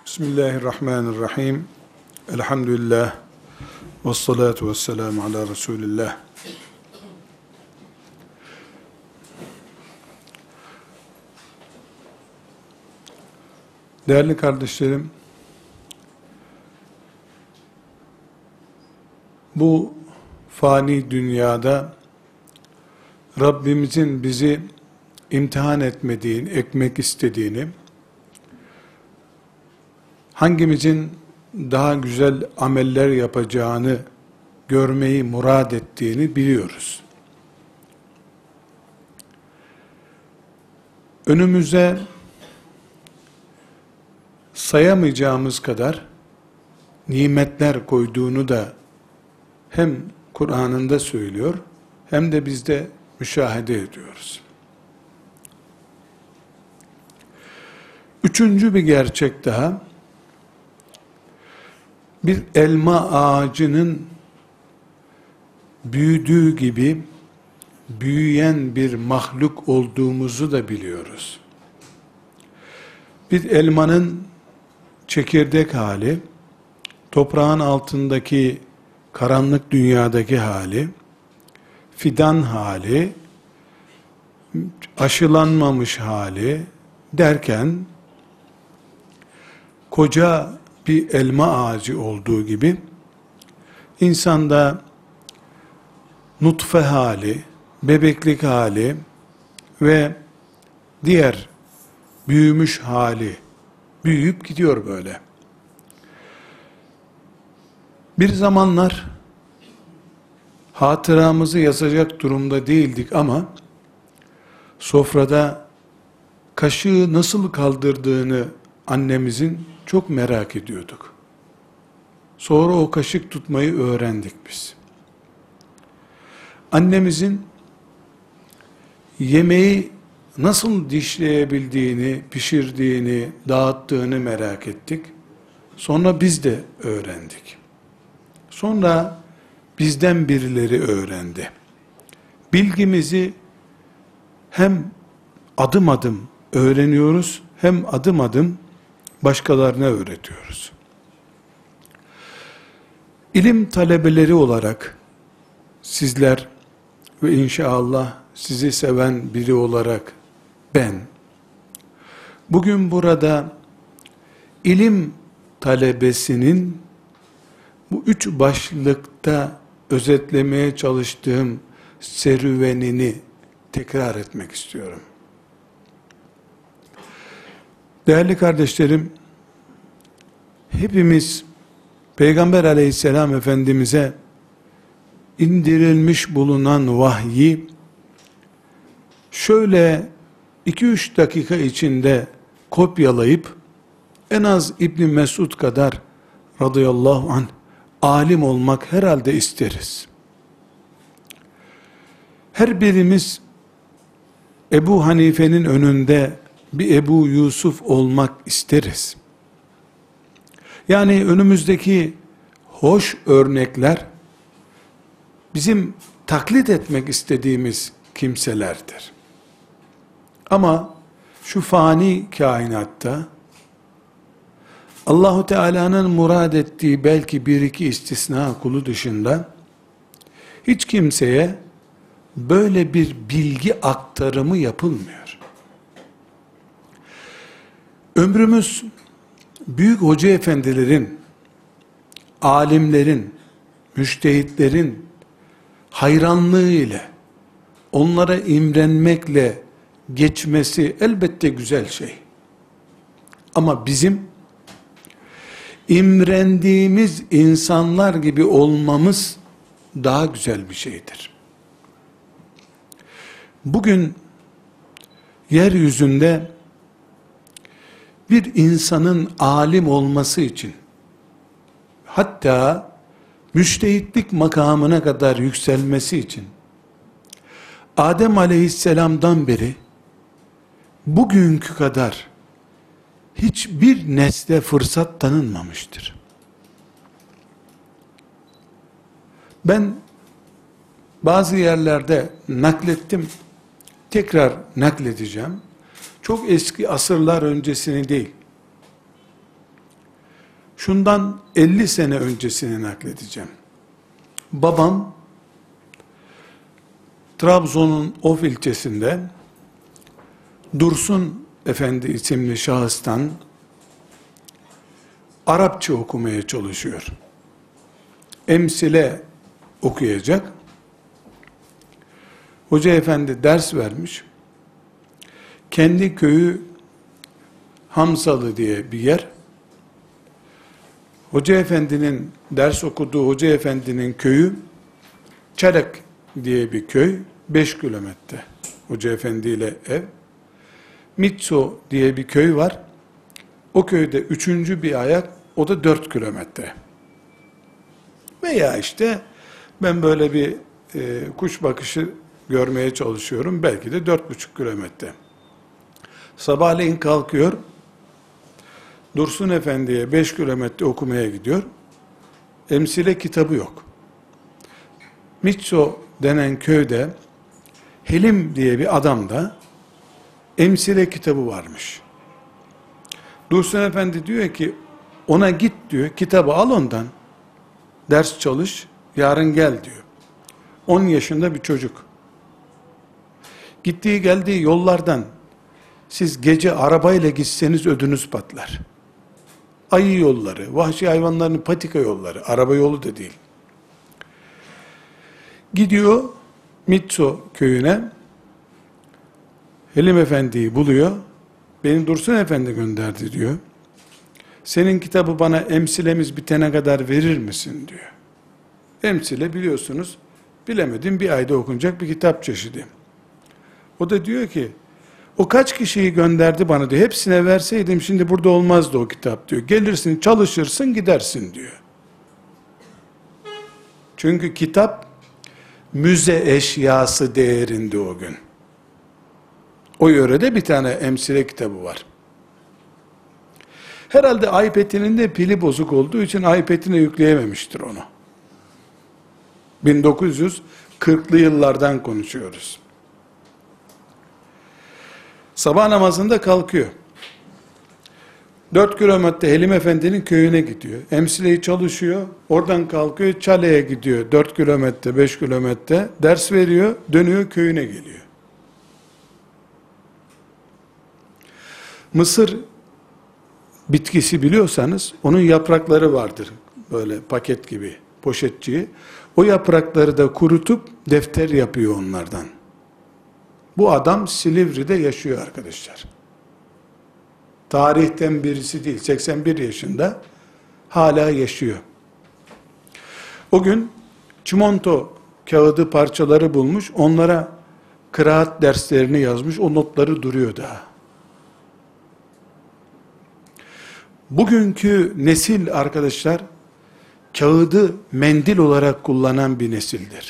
Bismillahirrahmanirrahim. Elhamdülillah. Vessalatu vesselamu ala Resulillah. Değerli kardeşlerim, bu fani dünyada Rabbimizin bizi imtihan etmek istediğini, hangimizin daha güzel ameller yapacağını görmeyi murad ettiğini biliyoruz. Önümüze sayamayacağımız kadar nimetler koyduğunu da hem Kur'an'ında söylüyor, hem de biz de müşahede ediyoruz. Üçüncü bir gerçek daha, bir elma ağacının büyüdüğü gibi büyüyen bir mahluk olduğumuzu da biliyoruz. Bir elmanın çekirdek hali, toprağın altındaki karanlık dünyadaki hali, fidan hali, aşılanmamış hali derken, koca bir elma ağacı olduğu gibi, insanda nutfe hali, bebeklik hali ve diğer büyümüş hali büyüyüp gidiyor böyle. Bir zamanlar hatıramızı yazacak durumda değildik ama sofrada kaşığı nasıl kaldırdığını annemizin çok merak ediyorduk. Sonra o kaşık tutmayı öğrendik biz. Annemizin yemeği nasıl dişleyebildiğini, pişirdiğini, dağıttığını merak ettik. Sonra biz de öğrendik. Sonra bizden birileri öğrendi. Bilgimizi hem adım adım öğreniyoruz, hem adım adım başkalarına öğretiyoruz. İlim talebeleri olarak sizler ve inşallah sizi seven biri olarak ben, bugün burada ilim talebesinin bu üç başlıkta özetlemeye çalıştığım serüvenini tekrar etmek istiyorum. Değerli kardeşlerim, hepimiz Peygamber aleyhisselam Efendimiz'e indirilmiş bulunan vahyi şöyle 2-3 dakika içinde kopyalayıp en az İbn Mesud kadar radıyallahu anh alim olmak herhalde isteriz. Her birimiz Ebu Hanife'nin önünde bir Ebu Yusuf olmak isteriz. Yani önümüzdeki hoş örnekler bizim taklit etmek istediğimiz kimselerdir. Ama şu fani kainatta Allahu Teala'nın murad ettiği belki bir iki istisna kulu dışında hiç kimseye böyle bir bilgi aktarımı yapılmıyor. Ömrümüz büyük hoca efendilerin, alimlerin, müştehitlerin hayranlığı ile, onlara imrenmekle geçmesi elbette güzel şey. Ama bizim imrendiğimiz insanlar gibi olmamız daha güzel bir şeydir. Bugün yeryüzünde bir insanın alim olması için, hatta müştehitlik makamına kadar yükselmesi için, Adem aleyhisselamdan beri bugünkü kadar hiçbir nesle fırsat tanınmamıştır. Ben bazı yerlerde naklettim, tekrar nakledeceğim. Çok eski asırlar öncesini değil. Şundan 50 sene öncesini nakledeceğim. Babam Trabzon'un Of ilçesinde Dursun Efendi isimli şahıstan Arapça okumaya çalışıyor. Emsile okuyacak. Hoca efendi ders vermiş. Kendi köyü Hamsalı diye bir yer. Hoca efendinin ders okuduğu hoca efendinin köyü Çarık diye bir köy. 5 kilometre. Hoca efendi ile ev. Mitso diye bir köy var. O köyde 3. bir ayak, o da 4 kilometre. Veya işte ben böyle bir kuş bakışı görmeye çalışıyorum. Belki de 4,5 kilometre. Sabahleyin kalkıyor. Dursun Efendi'ye 5 kilometre okumaya gidiyor. Emsile kitabı yok. Mitso denen köyde Helim diye bir adamda emsile kitabı varmış. Dursun Efendi diyor ki ona git diyor, kitabı al ondan, ders çalış, yarın gel diyor. 10 yaşında bir çocuk. Gittiği geldiği yollardan siz gece arabayla gitseniz ödünüz patlar. Ayı yolları, vahşi hayvanların patika yolları, araba yolu da değil. Gidiyor Mitso köyüne, Helim Efendi'yi buluyor, beni Dursun Efendi gönderdi diyor. Senin kitabı bana emsilemiz bitene kadar verir misin diyor. Emsile biliyorsunuz, bilemedim bir ayda okunacak bir kitap çeşidi. O da diyor ki, o kaç kişiyi gönderdi bana diyor, hepsine verseydim şimdi burada olmazdı o kitap diyor. Gelirsin, çalışırsın, gidersin diyor. Çünkü kitap, müze eşyası değerinde o gün. O yörede bir tane emsile kitabı var. Herhalde iPad'inin de pili bozuk olduğu için iPad'ine yükleyememiştir onu. 1940'lı yıllardan konuşuyoruz. Sabah namazında kalkıyor. 4 kilometre Helim Efendi'nin köyüne gidiyor. Emsileyi çalışıyor. Oradan kalkıyor, Çale'ye gidiyor. 4 kilometre, 5 kilometre. Ders veriyor, dönüyor köyüne geliyor. Mısır bitkisi biliyorsanız, onun yaprakları vardır. Böyle paket gibi, poşetçiği. O yaprakları da kurutup defter yapıyor onlardan. Bu adam Silivri'de yaşıyor arkadaşlar. Tarihten birisi değil, 81 yaşında hala yaşıyor. O gün çimento kağıdı parçaları bulmuş, onlara kıraat derslerini yazmış, o notları duruyor daha. Bugünkü nesil arkadaşlar, kağıdı mendil olarak kullanan bir nesildir.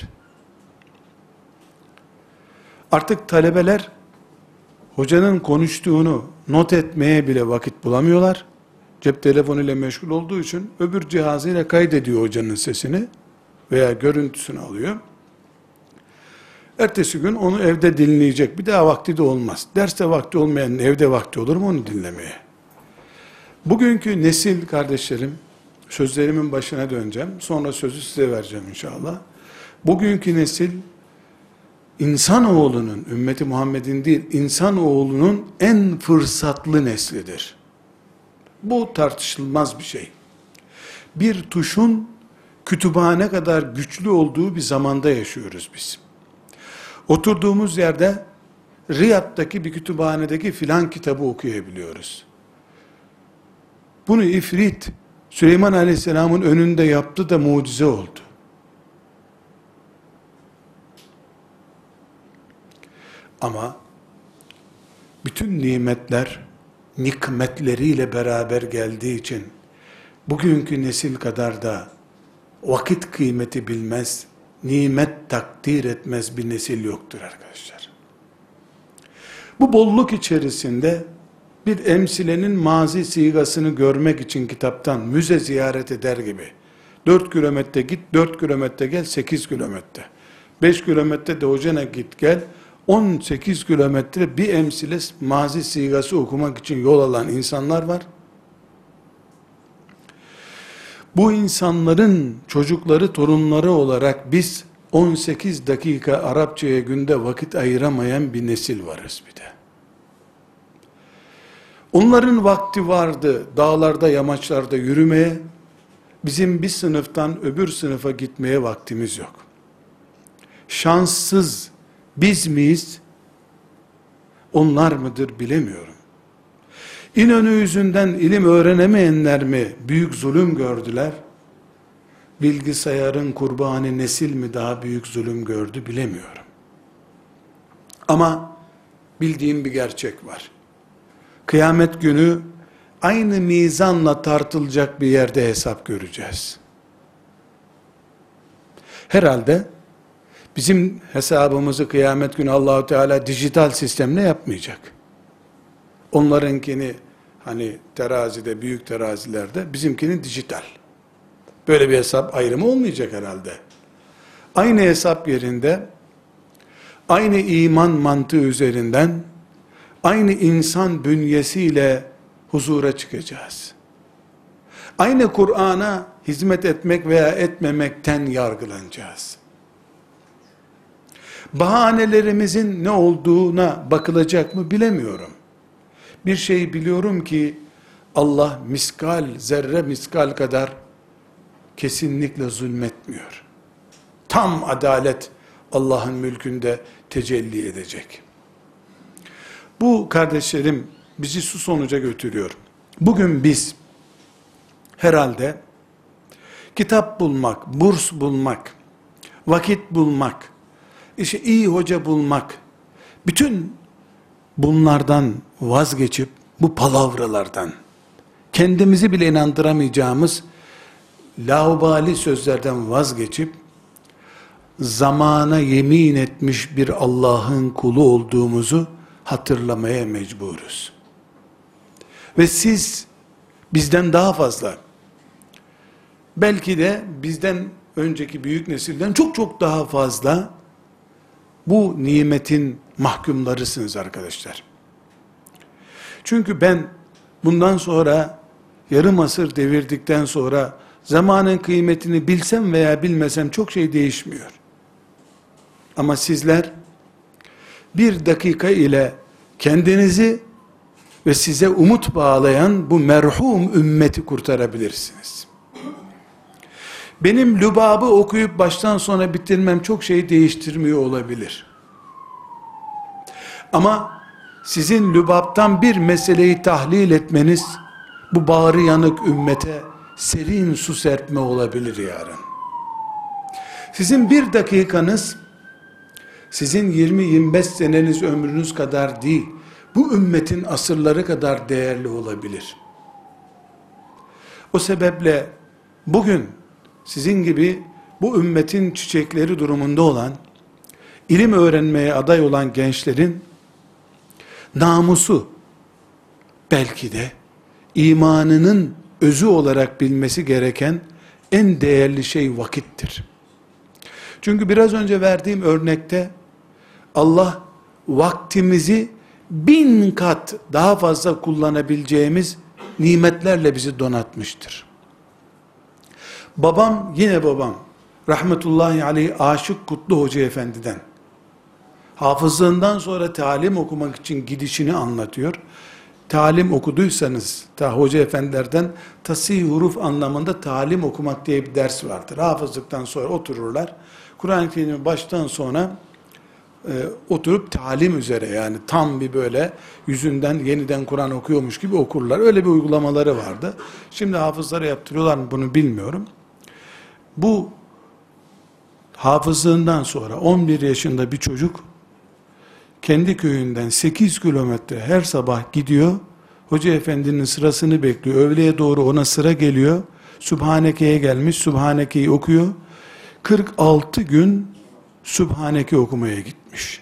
Artık talebeler, hocanın konuştuğunu not etmeye bile vakit bulamıyorlar. Cep telefonuyla meşgul olduğu için öbür cihazıyla kaydediyor hocanın sesini veya görüntüsünü alıyor. Ertesi gün onu evde dinleyecek. Bir daha vakti de olmaz. Derste vakti olmayanın evde vakti olur mu onu dinlemeye? Bugünkü nesil kardeşlerim, sözlerimin başına döneceğim. Sonra sözü size vereceğim inşallah. Bugünkü nesil, İnsanoğlunun, ümmeti Muhammed'in değil, insanoğlunun en fırsatlı neslidir. Bu tartışılmaz bir şey. Bir tuşun kütüphane kadar güçlü olduğu bir zamanda yaşıyoruz biz. Oturduğumuz yerde Riyad'daki bir kütüphanedeki filan kitabı okuyabiliyoruz. Bunu İfrit, Süleyman Aleyhisselam'ın önünde yaptı da mucize oldu. Ama bütün nimetler nikmetleriyle beraber geldiği için bugünkü nesil kadar da vakit kıymeti bilmez, nimet takdir etmez bir nesil yoktur arkadaşlar. Bu bolluk içerisinde bir emsilenin mazi sigasını görmek için kitaptan müze ziyaret eder gibi 4 kilometre git, 4 kilometre gel, 8 kilometre. 5 kilometre de hocana git gel, 18 kilometre bir emsile mazi sigası okumak için yol alan insanlar var. Bu insanların çocukları, torunları olarak biz 18 dakika Arapçaya günde vakit ayıramayan bir nesil varız bir de. Onların vakti vardı dağlarda, yamaçlarda yürümeye, bizim bir sınıftan öbür sınıfa gitmeye vaktimiz yok. Şanssız biz miyiz? Onlar mıdır bilemiyorum. İnönü yüzünden ilim öğrenemeyenler mi büyük zulüm gördüler? Bilgisayarın kurbanı nesil mi daha büyük zulüm gördü bilemiyorum. Ama bildiğim bir gerçek var. Kıyamet günü aynı mizanla tartılacak bir yerde hesap göreceğiz. Herhalde bizim hesabımızı kıyamet günü Allahu Teala dijital sistemle yapmayacak. Onlarınkini hani terazide, büyük terazilerde, bizimkini dijital. Böyle bir hesap ayrımı olmayacak herhalde. Aynı hesap yerinde, aynı iman mantığı üzerinden, aynı insan bünyesiyle huzura çıkacağız. Aynı Kur'an'a hizmet etmek veya etmemekten yargılanacağız. Bahanelerimizin ne olduğuna bakılacak mı bilemiyorum. Bir şey biliyorum ki, Allah miskal, zerre miskal kadar kesinlikle zulmetmiyor. Tam adalet Allah'ın mülkünde tecelli edecek. Bu kardeşlerim bizi şu sonuca götürüyor. Bugün biz herhalde kitap bulmak, burs bulmak, vakit bulmak, işte iyi hoca bulmak, bütün bunlardan vazgeçip, bu palavralardan, kendimizi bile inandıramayacağımız laubali sözlerden vazgeçip, zamana yemin etmiş bir Allah'ın kulu olduğumuzu hatırlamaya mecburuz. Ve siz bizden daha fazla, belki de bizden önceki büyük nesilden çok çok daha fazla bu nimetin mahkumlarısınız arkadaşlar. Çünkü ben bundan sonra, yarım asır devirdikten sonra zamanın kıymetini bilsem veya bilmesem çok şey değişmiyor. Ama sizler bir dakika ile kendinizi ve size umut bağlayan bu merhum ümmeti kurtarabilirsiniz. Benim Lübab'ı okuyup baştan sona bitirmem çok şey değiştirmiyor olabilir. Ama sizin Lübab'tan bir meseleyi tahlil etmeniz, bu bağrı yanık ümmete serin su serpme olabilir yarın. Sizin bir dakikanız, sizin 20-25 seneniz ömrünüz kadar değil, bu ümmetin asırları kadar değerli olabilir. O sebeple bugün sizin gibi bu ümmetin çiçekleri durumunda olan, ilim öğrenmeye aday olan gençlerin namusu, belki de imanının özü olarak bilmesi gereken en değerli şey vakittir. Çünkü biraz önce verdiğim örnekte Allah vaktimizi 1000 kat daha fazla kullanabileceğimiz nimetlerle bizi donatmıştır. Yine babam, rahmetullahi aleyh Aşık Kutlu Hoca Efendi'den, hafızlığından sonra talim okumak için gidişini anlatıyor. Talim okuduysanız, hoca efendilerden tasih huruf anlamında talim okumak diye bir ders vardır. Hafızlıktan sonra otururlar. Kur'an-ı Kerim'i baştan sona oturup talim üzere, yani tam bir böyle yüzünden yeniden Kur'an okuyormuş gibi okurlar. Öyle bir uygulamaları vardı. Şimdi hafızlara yaptırıyorlar mı bunu bilmiyorum. Bu hafızlığından sonra 11 yaşında bir çocuk kendi köyünden 8 kilometre her sabah gidiyor. Hoca efendinin sırasını bekliyor. Öğleye doğru ona sıra geliyor. Sübhaneke'ye gelmiş. Sübhaneke'yi okuyor. 46 gün Sübhaneke okumaya gitmiş.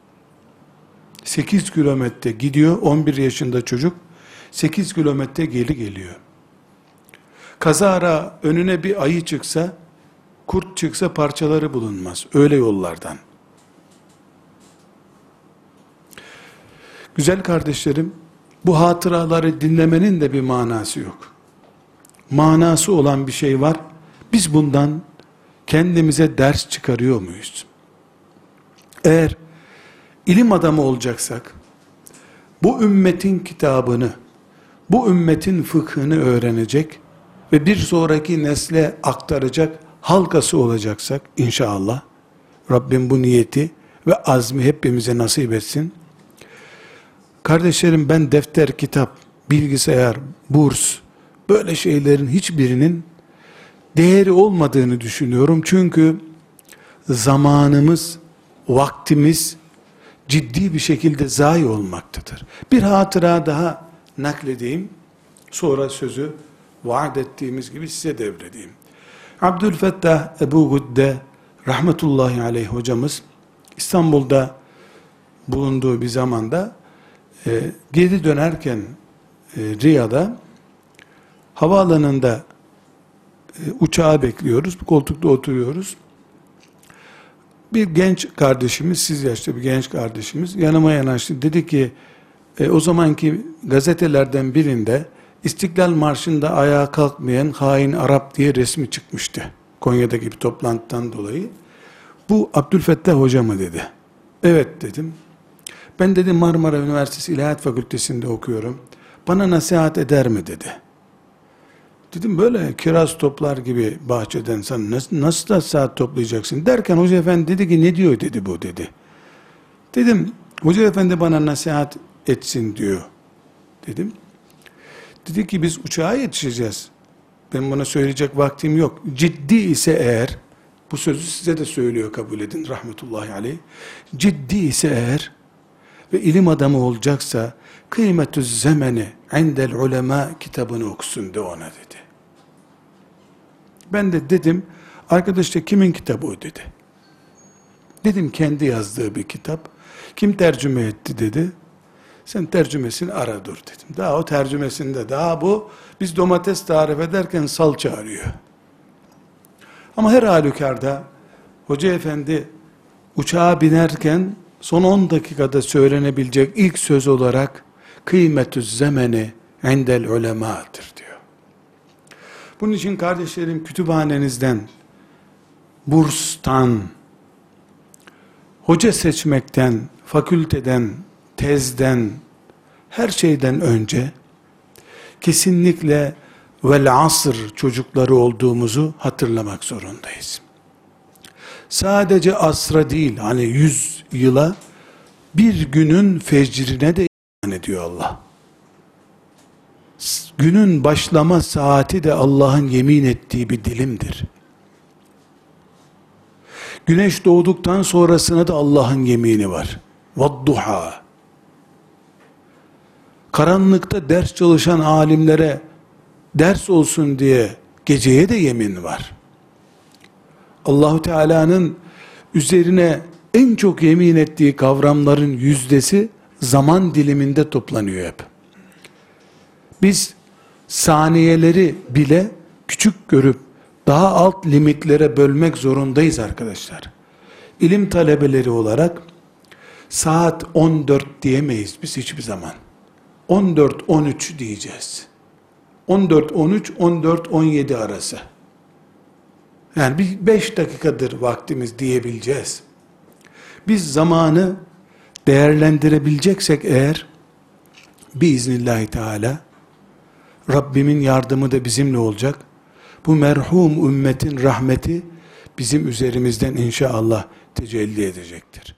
8 kilometre gidiyor. 11 yaşında çocuk. 8 kilometre geri geliyor. Kazara önüne bir ayı çıksa, kurt çıksa parçaları bulunmaz. Öyle yollardan. Güzel kardeşlerim, bu hatıraları dinlemenin de bir manası yok. manası olan bir şey var. Biz bundan kendimize ders çıkarıyor muyuz? Eğer ilim adamı olacaksak, bu ümmetin kitabını, bu ümmetin fıkhını öğrenecek ve bir sonraki nesle aktaracak halkası olacaksak inşallah, Rabbim bu niyeti ve azmi hepimize nasip etsin. Kardeşlerim, ben defter, kitap, bilgisayar, burs, böyle şeylerin hiçbirinin değeri olmadığını düşünüyorum. Çünkü zamanımız, vaktimiz ciddi bir şekilde zayi olmaktadır. Bir hatıra daha nakledeyim. Sonra sözü vaat ettiğimiz gibi size devredeyim. Abdülfettah Ebu Gudde rahmetullahi aleyh hocamız İstanbul'da bulunduğu bir zamanda geri dönerken Riyad'a havaalanında uçağı bekliyoruz. Bir koltukta oturuyoruz. Bir genç kardeşimiz, siz yaşta bir genç kardeşimiz yanıma yanaştı. Dedi ki o zamanki gazetelerden birinde İstiklal Marşı'nda ayağa kalkmayan hain Arap diye resmi çıkmıştı. Konya'daki bir toplantıdan dolayı. Bu Abdülfettah Hoca mı dedi. Evet dedim. Ben dedim Marmara Üniversitesi İlahiyat Fakültesi'nde okuyorum. Bana nasihat eder mi dedi. Dedim böyle kiraz toplar gibi bahçeden sen nasıl da saat toplayacaksın derken Hoca Efendi dedi ki ne diyor dedi bu dedi. Dedim Hoca Efendi bana nasihat etsin diyor dedim. Dedi ki biz uçağa yetişeceğiz. Ben buna söyleyecek vaktim yok. Ciddi ise eğer, bu sözü size de söylüyor kabul edin rahmetullahi aleyh. Ciddi ise eğer ve ilim adamı olacaksa kıymetüz zemeni indel ulema kitabını okusun de ona dedi. Ben de dedim arkadaş da kimin kitabı o dedi. Dedim kendi yazdığı bir kitap. Kim tercüme etti dedi. Sen tercümesini ara dur dedim. Daha o tercümesinde daha bu biz domates tarif ederken salça arıyor. Ama her halükarda Hoca Efendi uçağa binerken son 10 dakikada söylenebilecek ilk söz olarak kıymetüz zemeni indel ulemadır diyor. Bunun için kardeşlerim kütüphanenizden, burstan, hoca seçmekten, fakülteden, tezden, her şeyden önce kesinlikle vel asr çocukları olduğumuzu hatırlamak zorundayız. Sadece asra değil, hani 100 yıla, bir günün fecrine de iman ediyor Allah. Günün başlama saati de Allah'ın yemin ettiği bir dilimdir. Güneş doğduktan sonrasına da Allah'ın yemini var. Vadduha. Karanlıkta ders çalışan alimlere ders olsun diye geceye de yemin var. Allahu Teala'nın üzerine en çok yemin ettiği kavramların yüzdesi zaman diliminde toplanıyor hep. Biz saniyeleri bile küçük görüp daha alt limitlere bölmek zorundayız arkadaşlar. İlim talebeleri olarak saat 14 diyemeyiz biz hiçbir zaman. 14-13 diyeceğiz. 14-13, 14-17 arası. Yani bir 5 dakikadır vaktimiz diyebileceğiz. Biz zamanı değerlendirebileceksek eğer, biiznillahü teala, Rabbimin yardımı da bizimle olacak. Bu merhum ümmetin rahmeti bizim üzerimizden inşallah tecelli edecektir.